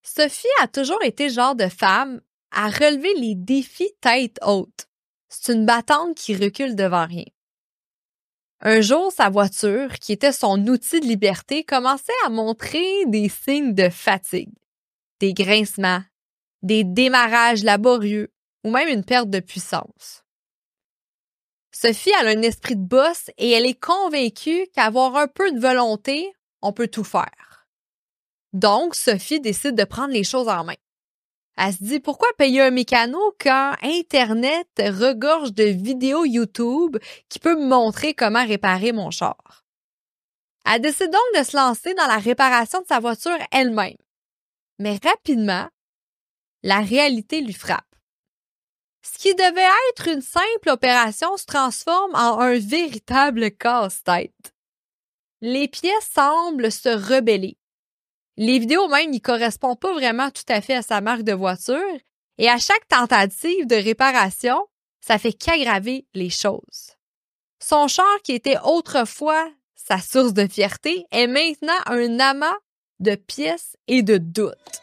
Sophie a toujours été le genre de femme à relever les défis tête haute. C'est une battante qui recule devant rien. Un jour, sa voiture, qui était son outil de liberté, commençait à montrer des signes de fatigue, des grincements, des démarrages laborieux ou même une perte de puissance. Sophie a un esprit de boss et elle est convaincue qu'avoir un peu de volonté, on peut tout faire. Donc, Sophie décide de prendre les choses en main. Elle se dit, pourquoi payer un mécano quand Internet regorge de vidéos YouTube qui peut me montrer comment réparer mon char? Elle décide donc de se lancer dans la réparation de sa voiture elle-même. Mais rapidement, la réalité lui frappe. Ce qui devait être une simple opération se transforme en un véritable casse-tête. Les pièces semblent se rebeller. Les vidéos même n'y correspondent pas vraiment tout à fait à sa marque de voiture et à chaque tentative de réparation, ça fait qu'aggraver les choses. Son char qui était autrefois sa source de fierté est maintenant un amas de pièces et de doutes.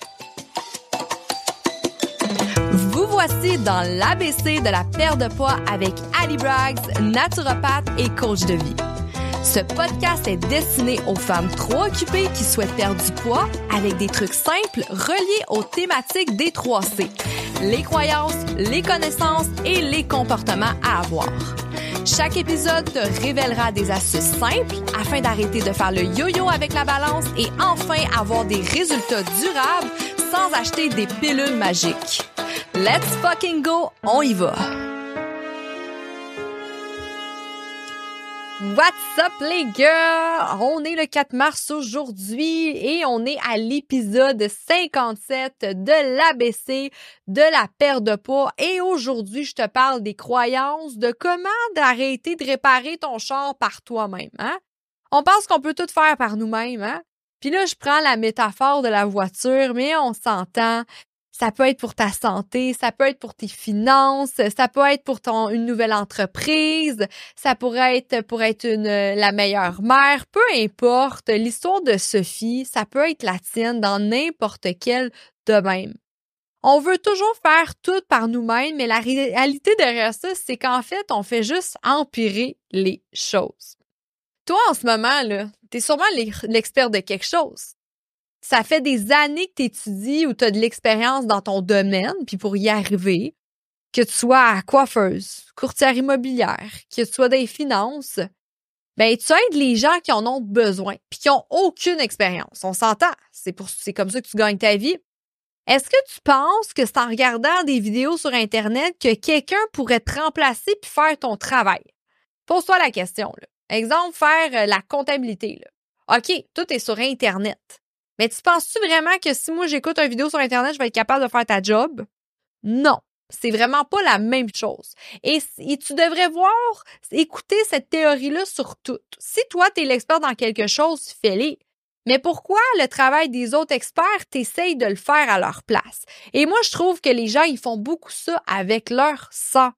Vous voici dans l'ABC de la perte de poids avec Ali Braggs, naturopathe et coach de vie. Ce podcast est destiné aux femmes trop occupées qui souhaitent perdre du poids avec des trucs simples reliés aux thématiques des 3C, les croyances, les connaissances et les comportements à avoir. Chaque épisode te révélera des astuces simples afin d'arrêter de faire le yo-yo avec la balance et enfin avoir des résultats durables sans acheter des pilules magiques. Let's fucking go, on y va! What's up les gars? On est le 4 mars aujourd'hui et on est à l'épisode 57 de l'ABC de la perte de poids et aujourd'hui je te parle des croyances de comment d'arrêter de réparer ton char par toi-même. Hein? On pense qu'on peut tout faire par nous-mêmes. Hein? Puis là je prends la métaphore de la voiture mais on s'entend. Ça peut être pour ta santé, ça peut être pour tes finances, ça peut être pour une nouvelle entreprise, ça pourrait être pour être la meilleure mère, peu importe. L'histoire de Sophie, ça peut être la tienne dans n'importe quel domaine. On veut toujours faire tout par nous-mêmes, mais la réalité derrière ça, c'est qu'en fait, on fait juste empirer les choses. Toi, en ce moment, là, t'es sûrement l'expert de quelque chose. Ça fait des années que tu étudies ou tu as de l'expérience dans ton domaine, puis pour y arriver, que tu sois coiffeuse, courtière immobilière, que tu sois dans les finances, ben tu aides les gens qui en ont besoin, puis qui ont aucune expérience. On s'entend, c'est comme ça que tu gagnes ta vie. Est-ce que tu penses que c'est en regardant des vidéos sur Internet que quelqu'un pourrait te remplacer puis faire ton travail? Pose-toi la question, là. Exemple, faire la comptabilité, là. OK, tout est sur Internet. Mais tu penses-tu vraiment que si moi j'écoute une vidéo sur Internet, je vais être capable de faire ta job? Non, c'est vraiment pas la même chose. Et tu devrais écouter cette théorie-là sur tout. Si toi, tu es l'expert dans quelque chose, fais-le. Mais pourquoi le travail des autres experts, t'essayes de le faire à leur place? Et moi, je trouve que les gens, ils font beaucoup ça avec leur santé.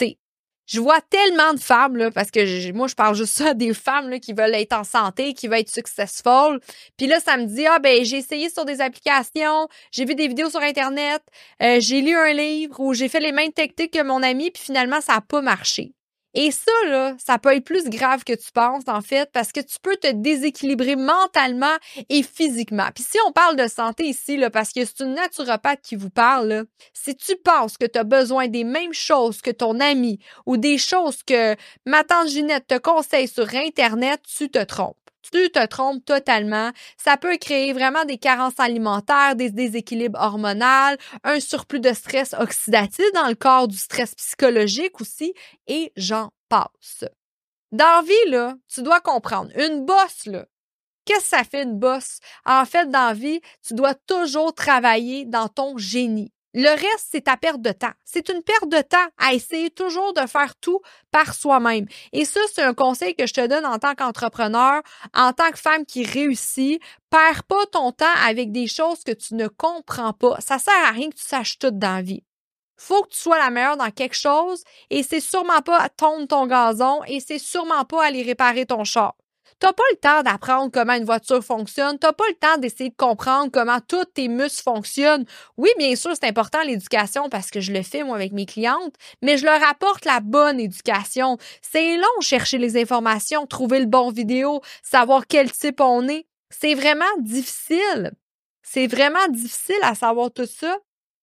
Je vois tellement de femmes, là, parce que moi, je parle juste ça des femmes là, qui veulent être en santé, qui veulent être successful. Puis là, ça me dit, j'ai essayé sur des applications, j'ai vu des vidéos sur Internet, j'ai lu un livre ou j'ai fait les mêmes techniques que mon ami, puis finalement, ça n'a pas marché. Et ça, là, ça peut être plus grave que tu penses, en fait, parce que tu peux te déséquilibrer mentalement et physiquement. Puis si on parle de santé ici, là, parce que c'est une naturopathe qui vous parle, là, si tu penses que tu as besoin des mêmes choses que ton ami ou des choses que ma tante Ginette te conseille sur Internet, tu te trompes. Tu te trompes totalement. Ça peut créer vraiment des carences alimentaires, des déséquilibres hormonaux, un surplus de stress oxydatif dans le corps, du stress psychologique aussi, et j'en passe. Dans la vie, là, tu dois comprendre, une bosse, là, qu'est-ce que ça fait une bosse? En fait, dans la vie, tu dois toujours travailler dans ton génie. Le reste, c'est ta perte de temps. C'est une perte de temps à essayer toujours de faire tout par soi-même. Et ça, c'est un conseil que je te donne en tant qu'entrepreneur, en tant que femme qui réussit. Perds pas ton temps avec des choses que tu ne comprends pas. Ça sert à rien que tu saches tout dans la vie. Faut que tu sois la meilleure dans quelque chose et c'est sûrement pas tondre ton gazon et c'est sûrement pas aller réparer ton char. T'as pas le temps d'apprendre comment une voiture fonctionne. T'as pas le temps d'essayer de comprendre comment tous tes muscles fonctionnent. Oui, bien sûr, c'est important l'éducation parce que je le fais, moi, avec mes clientes, mais je leur apporte la bonne éducation. C'est long chercher les informations, trouver le bon vidéo, savoir quel type on est. C'est vraiment difficile. C'est vraiment difficile à savoir tout ça.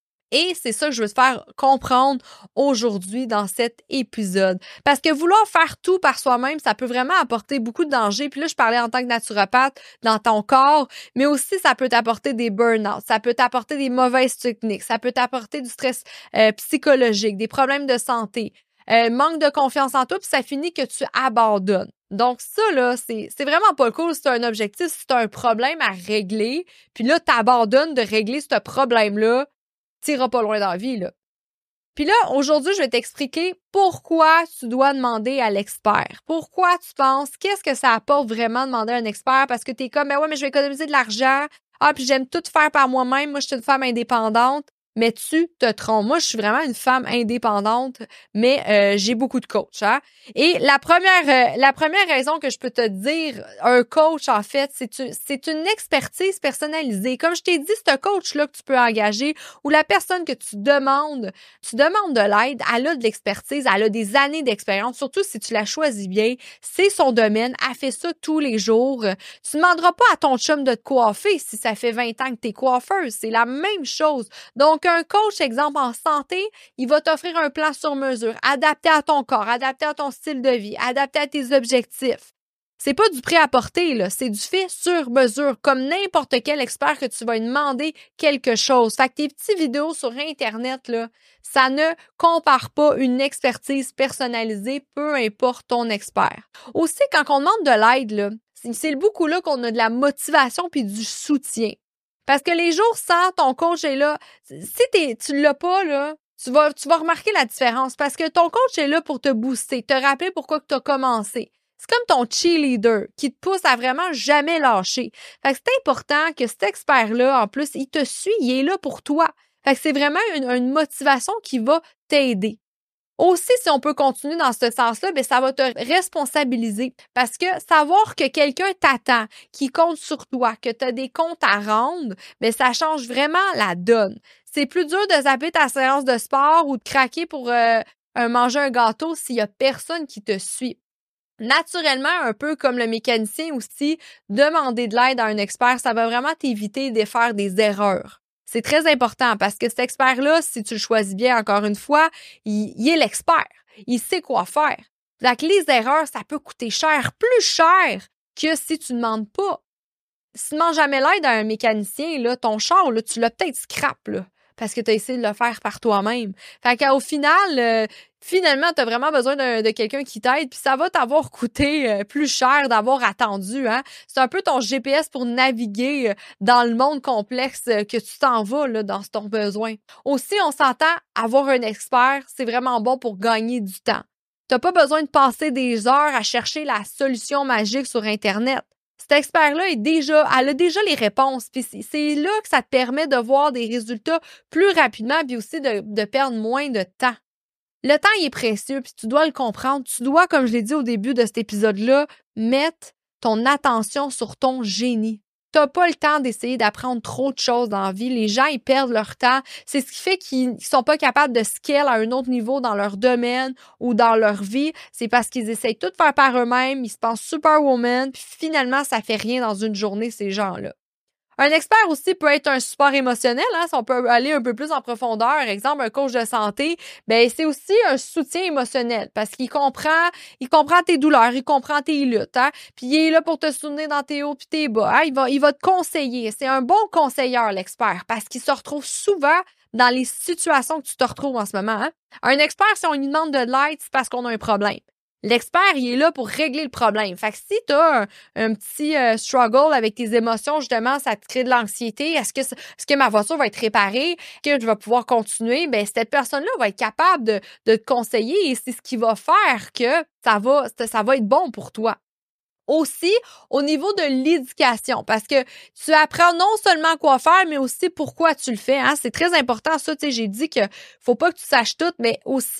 Et c'est ça que je veux te faire comprendre aujourd'hui dans cet épisode. Parce que vouloir faire tout par soi-même, ça peut vraiment apporter beaucoup de dangers. Puis là, je parlais en tant que naturopathe dans ton corps, mais aussi ça peut t'apporter des burn-out, ça peut t'apporter des mauvaises techniques, ça peut t'apporter du stress psychologique, des problèmes de santé, manque de confiance en toi, puis ça finit que tu abandonnes. Donc ça, là, c'est vraiment pas cool. C'est un objectif, c'est un problème à régler. Puis là, tu abandonnes de régler ce problème-là, t'iras pas loin dans la vie, là. Puis là, aujourd'hui, je vais t'expliquer pourquoi tu dois demander à l'expert. Pourquoi tu penses, qu'est-ce que ça apporte vraiment demander à un expert? Parce que t'es comme, ben ouais, mais je vais économiser de l'argent. Ah, puis j'aime tout faire par moi-même. Moi, je suis une femme indépendante. Mais tu te trompes. Moi, je suis vraiment une femme indépendante, mais j'ai beaucoup de coachs, hein. Et la première raison que je peux te dire, un coach, en fait, c'est une expertise personnalisée. Comme je t'ai dit, ce coach-là que tu peux engager ou la personne que tu demandes de l'aide, elle a de l'expertise, elle a des années d'expérience, surtout si tu la choisis bien. C'est son domaine, elle fait ça tous les jours. Tu demanderas pas à ton chum de te coiffer si ça fait 20 ans que t'es coiffeuse. C'est la même chose. Donc, un coach, exemple, en santé, il va t'offrir un plan sur mesure, adapté à ton corps, adapté à ton style de vie, adapté à tes objectifs. C'est pas du prêt-à-porter, là, c'est du fait sur mesure, comme n'importe quel expert que tu vas lui demander quelque chose. Fait que tes petites vidéos sur Internet, là, ça ne compare pas une expertise personnalisée, peu importe ton expert. Aussi, quand on demande de l'aide, là, c'est beaucoup là qu'on a de la motivation puis du soutien. Parce que les jours sans ton coach est là, si tu l'as pas, là, tu vas remarquer la différence parce que ton coach est là pour te booster, te rappeler pourquoi tu as commencé. C'est comme ton cheerleader qui te pousse à vraiment jamais lâcher. Fait que c'est important que cet expert-là, en plus, il te suit, il est là pour toi. Fait que c'est vraiment une motivation qui va t'aider. Aussi, si on peut continuer dans ce sens-là, ben ça va te responsabiliser parce que savoir que quelqu'un t'attend, qui compte sur toi, que tu as des comptes à rendre, ben ça change vraiment la donne. C'est plus dur de zapper ta séance de sport ou de craquer pour manger un gâteau s'il y a personne qui te suit. Naturellement, un peu comme le mécanicien aussi, demander de l'aide à un expert, ça va vraiment t'éviter de faire des erreurs. C'est très important parce que cet expert-là, si tu le choisis bien, encore une fois, il est l'expert. Il sait quoi faire. Donc, les erreurs, ça peut coûter cher, plus cher que si tu ne demandes pas. Si tu ne demandes jamais l'aide à un mécanicien, là, ton char, là, tu l'as peut-être scrap, là, parce que tu as essayé de le faire par toi-même. Fait qu'au final, finalement, tu as vraiment besoin de quelqu'un qui t'aide, puis ça va t'avoir coûté plus cher d'avoir attendu, hein. C'est un peu ton GPS pour naviguer dans le monde complexe que tu t'en vas là, dans ton besoin. Aussi, on s'entend, avoir un expert, c'est vraiment bon pour gagner du temps. Tu n'as pas besoin de passer des heures à chercher la solution magique sur Internet. Cet expert-là elle a déjà les réponses, puis c'est là que ça te permet de voir des résultats plus rapidement, puis aussi de perdre moins de temps. Le temps, il est précieux, puis tu dois le comprendre. Tu dois, comme je l'ai dit au début de cet épisode-là, mettre ton attention sur ton génie. Tu n'as pas le temps d'essayer d'apprendre trop de choses dans la vie. Les gens, ils perdent leur temps. C'est ce qui fait qu'ils sont pas capables de scale à un autre niveau dans leur domaine ou dans leur vie. C'est parce qu'ils essayent tout de faire par eux-mêmes. Ils se pensent superwoman, puis finalement, ça fait rien dans une journée, ces gens-là. Un expert aussi peut être un support émotionnel, hein, si on peut aller un peu plus en profondeur. Exemple, un coach de santé, ben c'est aussi un soutien émotionnel parce qu'il comprend tes douleurs, il comprend tes luttes, hein, puis il est là pour te soutenir dans tes hauts puis tes bas, hein, il va te conseiller. C'est un bon conseilleur, l'expert, parce qu'il se retrouve souvent dans les situations que tu te retrouves en ce moment, hein. Un expert, si on lui demande de l'aide, c'est parce qu'on a un problème. L'expert, il est là pour régler le problème. Fait que si tu as un petit struggle avec tes émotions, justement, ça te crée de l'anxiété. Est-ce que ma voiture va être réparée? Est-ce que je vais pouvoir continuer? Ben, cette personne-là va être capable de te conseiller et c'est ce qui va faire que ça va être bon pour toi. Aussi, au niveau de l'éducation, parce que tu apprends non seulement quoi faire, mais aussi pourquoi tu le fais, hein. C'est très important, ça, tu sais, j'ai dit que faut pas que tu saches tout, mais aussi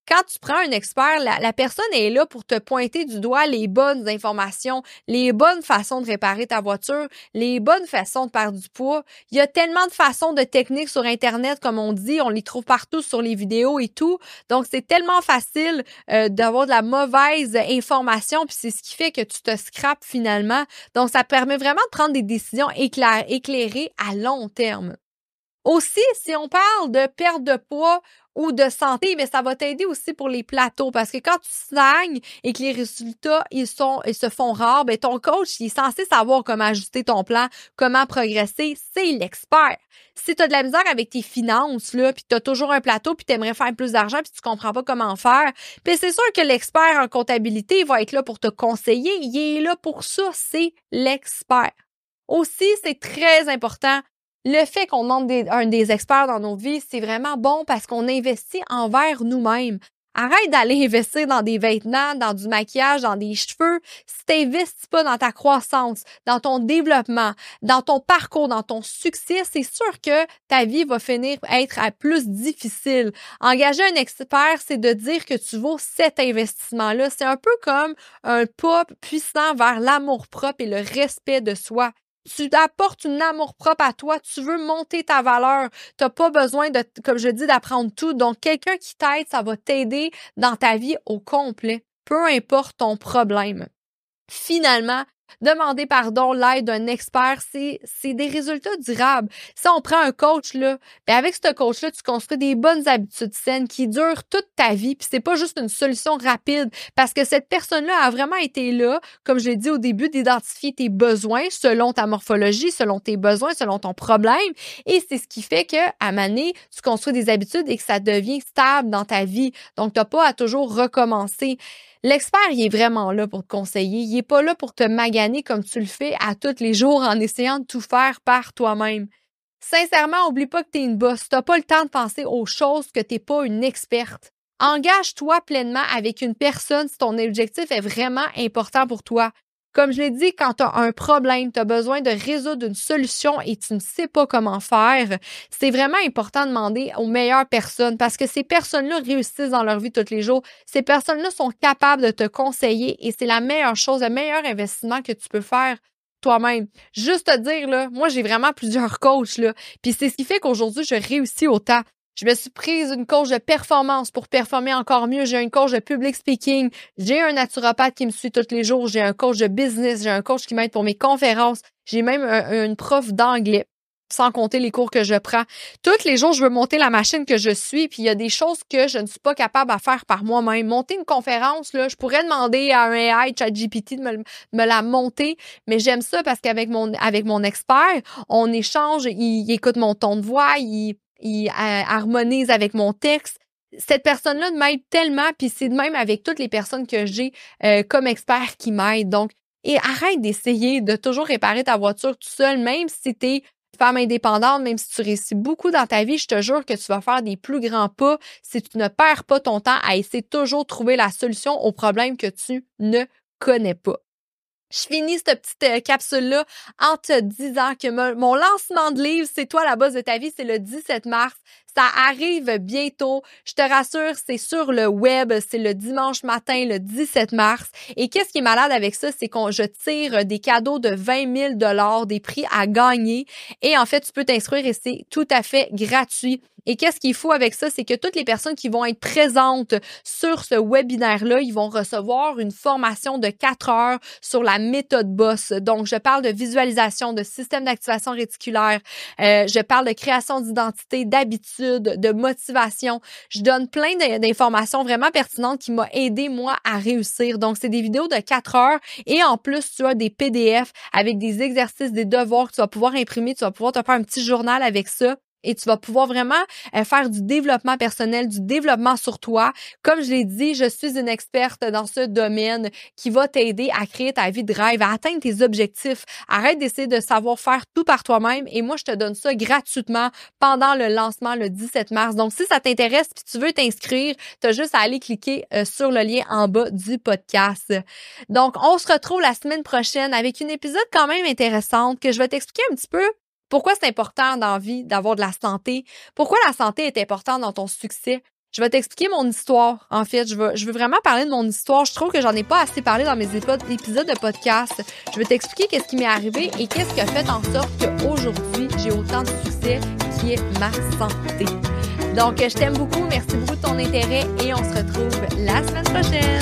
Quand tu prends un expert, la personne est là pour te pointer du doigt les bonnes informations, les bonnes façons de réparer ta voiture, les bonnes façons de perdre du poids. Il y a tellement de façons, de techniques sur Internet, comme on dit, on les trouve partout sur les vidéos et tout. Donc, c'est tellement facile d'avoir de la mauvaise information, puis c'est ce qui fait que tu te scrapes finalement. Donc, ça permet vraiment de prendre des décisions éclairées à long terme. Aussi, si on parle de perte de poids ou de santé, mais ça va t'aider aussi pour les plateaux parce que quand tu stagnes et que les résultats ils se font rares, ben ton coach il est censé savoir comment ajuster ton plan, comment progresser, c'est l'expert. Si tu as de la misère avec tes finances là, puis tu as toujours un plateau puis tu aimerais faire plus d'argent puis tu comprends pas comment faire, puis c'est sûr que l'expert en comptabilité il va être là pour te conseiller, il est là pour ça, c'est l'expert. Aussi, c'est très important. Le fait qu'on demande un des experts dans nos vies, c'est vraiment bon parce qu'on investit envers nous-mêmes. Arrête d'aller investir dans des vêtements, dans du maquillage, dans des cheveux. Si tu n'investis pas dans ta croissance, dans ton développement, dans ton parcours, dans ton succès, c'est sûr que ta vie va finir être plus difficile. Engager un expert, c'est de dire que tu vaux cet investissement-là. C'est un peu comme un pas puissant vers l'amour-propre et le respect de soi. Tu apportes un amour-propre à toi, tu veux monter ta valeur. Tu n'as pas besoin de, comme je dis, d'apprendre tout. Donc, quelqu'un qui t'aide, ça va t'aider dans ta vie au complet, peu importe ton problème. Finalement, demander pardon, l'aide d'un expert, c'est des résultats durables. Si on prend un coach, là, ben avec ce coach-là, tu construis des bonnes habitudes saines qui durent toute ta vie, puis c'est pas juste une solution rapide, parce que cette personne-là a vraiment été là, comme je l'ai dit au début, d'identifier tes besoins selon ta morphologie, selon tes besoins, selon ton problème, et c'est ce qui fait que, à un moment donné, tu construis des habitudes et que ça devient stable dans ta vie. Donc, t'as pas à toujours recommencer. L'expert, il est vraiment là pour te conseiller. Il est pas là pour te maganer comme tu le fais à tous les jours en essayant de tout faire par toi-même. Sincèrement, oublie pas que tu es une boss. Tu n'as pas le temps de penser aux choses que tu n'es pas une experte. Engage-toi pleinement avec une personne si ton objectif est vraiment important pour toi. Comme je l'ai dit, quand tu as un problème, tu as besoin de résoudre une solution et tu ne sais pas comment faire, c'est vraiment important de demander aux meilleures personnes parce que ces personnes-là réussissent dans leur vie tous les jours. Ces personnes-là sont capables de te conseiller et c'est la meilleure chose, le meilleur investissement que tu peux faire toi-même. Juste te dire, là, moi, j'ai vraiment plusieurs coachs, là, puis c'est ce qui fait qu'aujourd'hui, je réussis autant. Je me suis prise une coach de performance pour performer encore mieux. J'ai une coach de public speaking. J'ai un naturopathe qui me suit tous les jours. J'ai un coach de business. J'ai un coach qui m'aide pour mes conférences. J'ai même une prof d'anglais, sans compter les cours que je prends. Tous les jours, je veux monter la machine que je suis, puis il y a des choses que je ne suis pas capable à faire par moi-même. Monter une conférence, là, je pourrais demander à un AI, ChatGPT, de me la monter, mais j'aime ça parce qu'avec mon expert, on échange, il écoute mon ton de voix, il harmonise avec mon texte. Cette personne-là m'aide tellement, puis c'est de même avec toutes les personnes que j'ai comme experts qui m'aident. Donc, et arrête d'essayer de toujours réparer ta voiture tout seul, même si tu es femme indépendante, même si tu réussis beaucoup dans ta vie, je te jure que tu vas faire des plus grands pas si tu ne perds pas ton temps à essayer de toujours trouver la solution aux problèmes que tu ne connais pas. Je finis cette petite capsule-là en te disant que mon lancement de livre, C'est toi la boss de ta vie, c'est le 17 mars. Ça arrive bientôt. Je te rassure, c'est sur le web. C'est le dimanche matin, le 17 mars. Et qu'est-ce qui est malade avec ça, c'est je tire des cadeaux de 20 000 $, des prix à gagner. Et en fait, tu peux t'inscrire et c'est tout à fait gratuit. Et qu'est-ce qu'il faut avec ça, c'est que toutes les personnes qui vont être présentes sur ce webinaire-là, ils vont recevoir une formation de 4 heures sur la méthode BOSS. Donc, je parle de visualisation, de système d'activation réticulaire, je parle de création d'identité, d'habitude, de motivation. Je donne plein d'informations vraiment pertinentes qui m'ont aidé, moi, à réussir. Donc, c'est des vidéos de 4 heures et en plus, tu as des PDF avec des exercices, des devoirs que tu vas pouvoir imprimer. Tu vas pouvoir te faire un petit journal avec ça. Et tu vas pouvoir vraiment faire du développement personnel, du développement sur toi. Comme je l'ai dit, je suis une experte dans ce domaine qui va t'aider à créer ta vie de rêve, à atteindre tes objectifs. Arrête d'essayer de savoir faire tout par toi-même et moi, je te donne ça gratuitement pendant le lancement le 17 mars. Donc, si ça t'intéresse puis tu veux t'inscrire, tu as juste à aller cliquer sur le lien en bas du podcast. Donc, on se retrouve la semaine prochaine avec une épisode quand même intéressante que je vais t'expliquer un petit peu pourquoi c'est important dans la vie d'avoir de la santé? Pourquoi la santé est importante dans ton succès? Je vais t'expliquer mon histoire, en fait. Je veux vraiment parler de mon histoire. Je trouve que j'en ai pas assez parlé dans mes épisodes de podcast. Je vais t'expliquer qu'est-ce qui m'est arrivé et qu'est-ce qui a fait en sorte qu'aujourd'hui, j'ai autant de succès, qui est ma santé. Donc, je t'aime beaucoup. Merci beaucoup de ton intérêt et on se retrouve la semaine prochaine.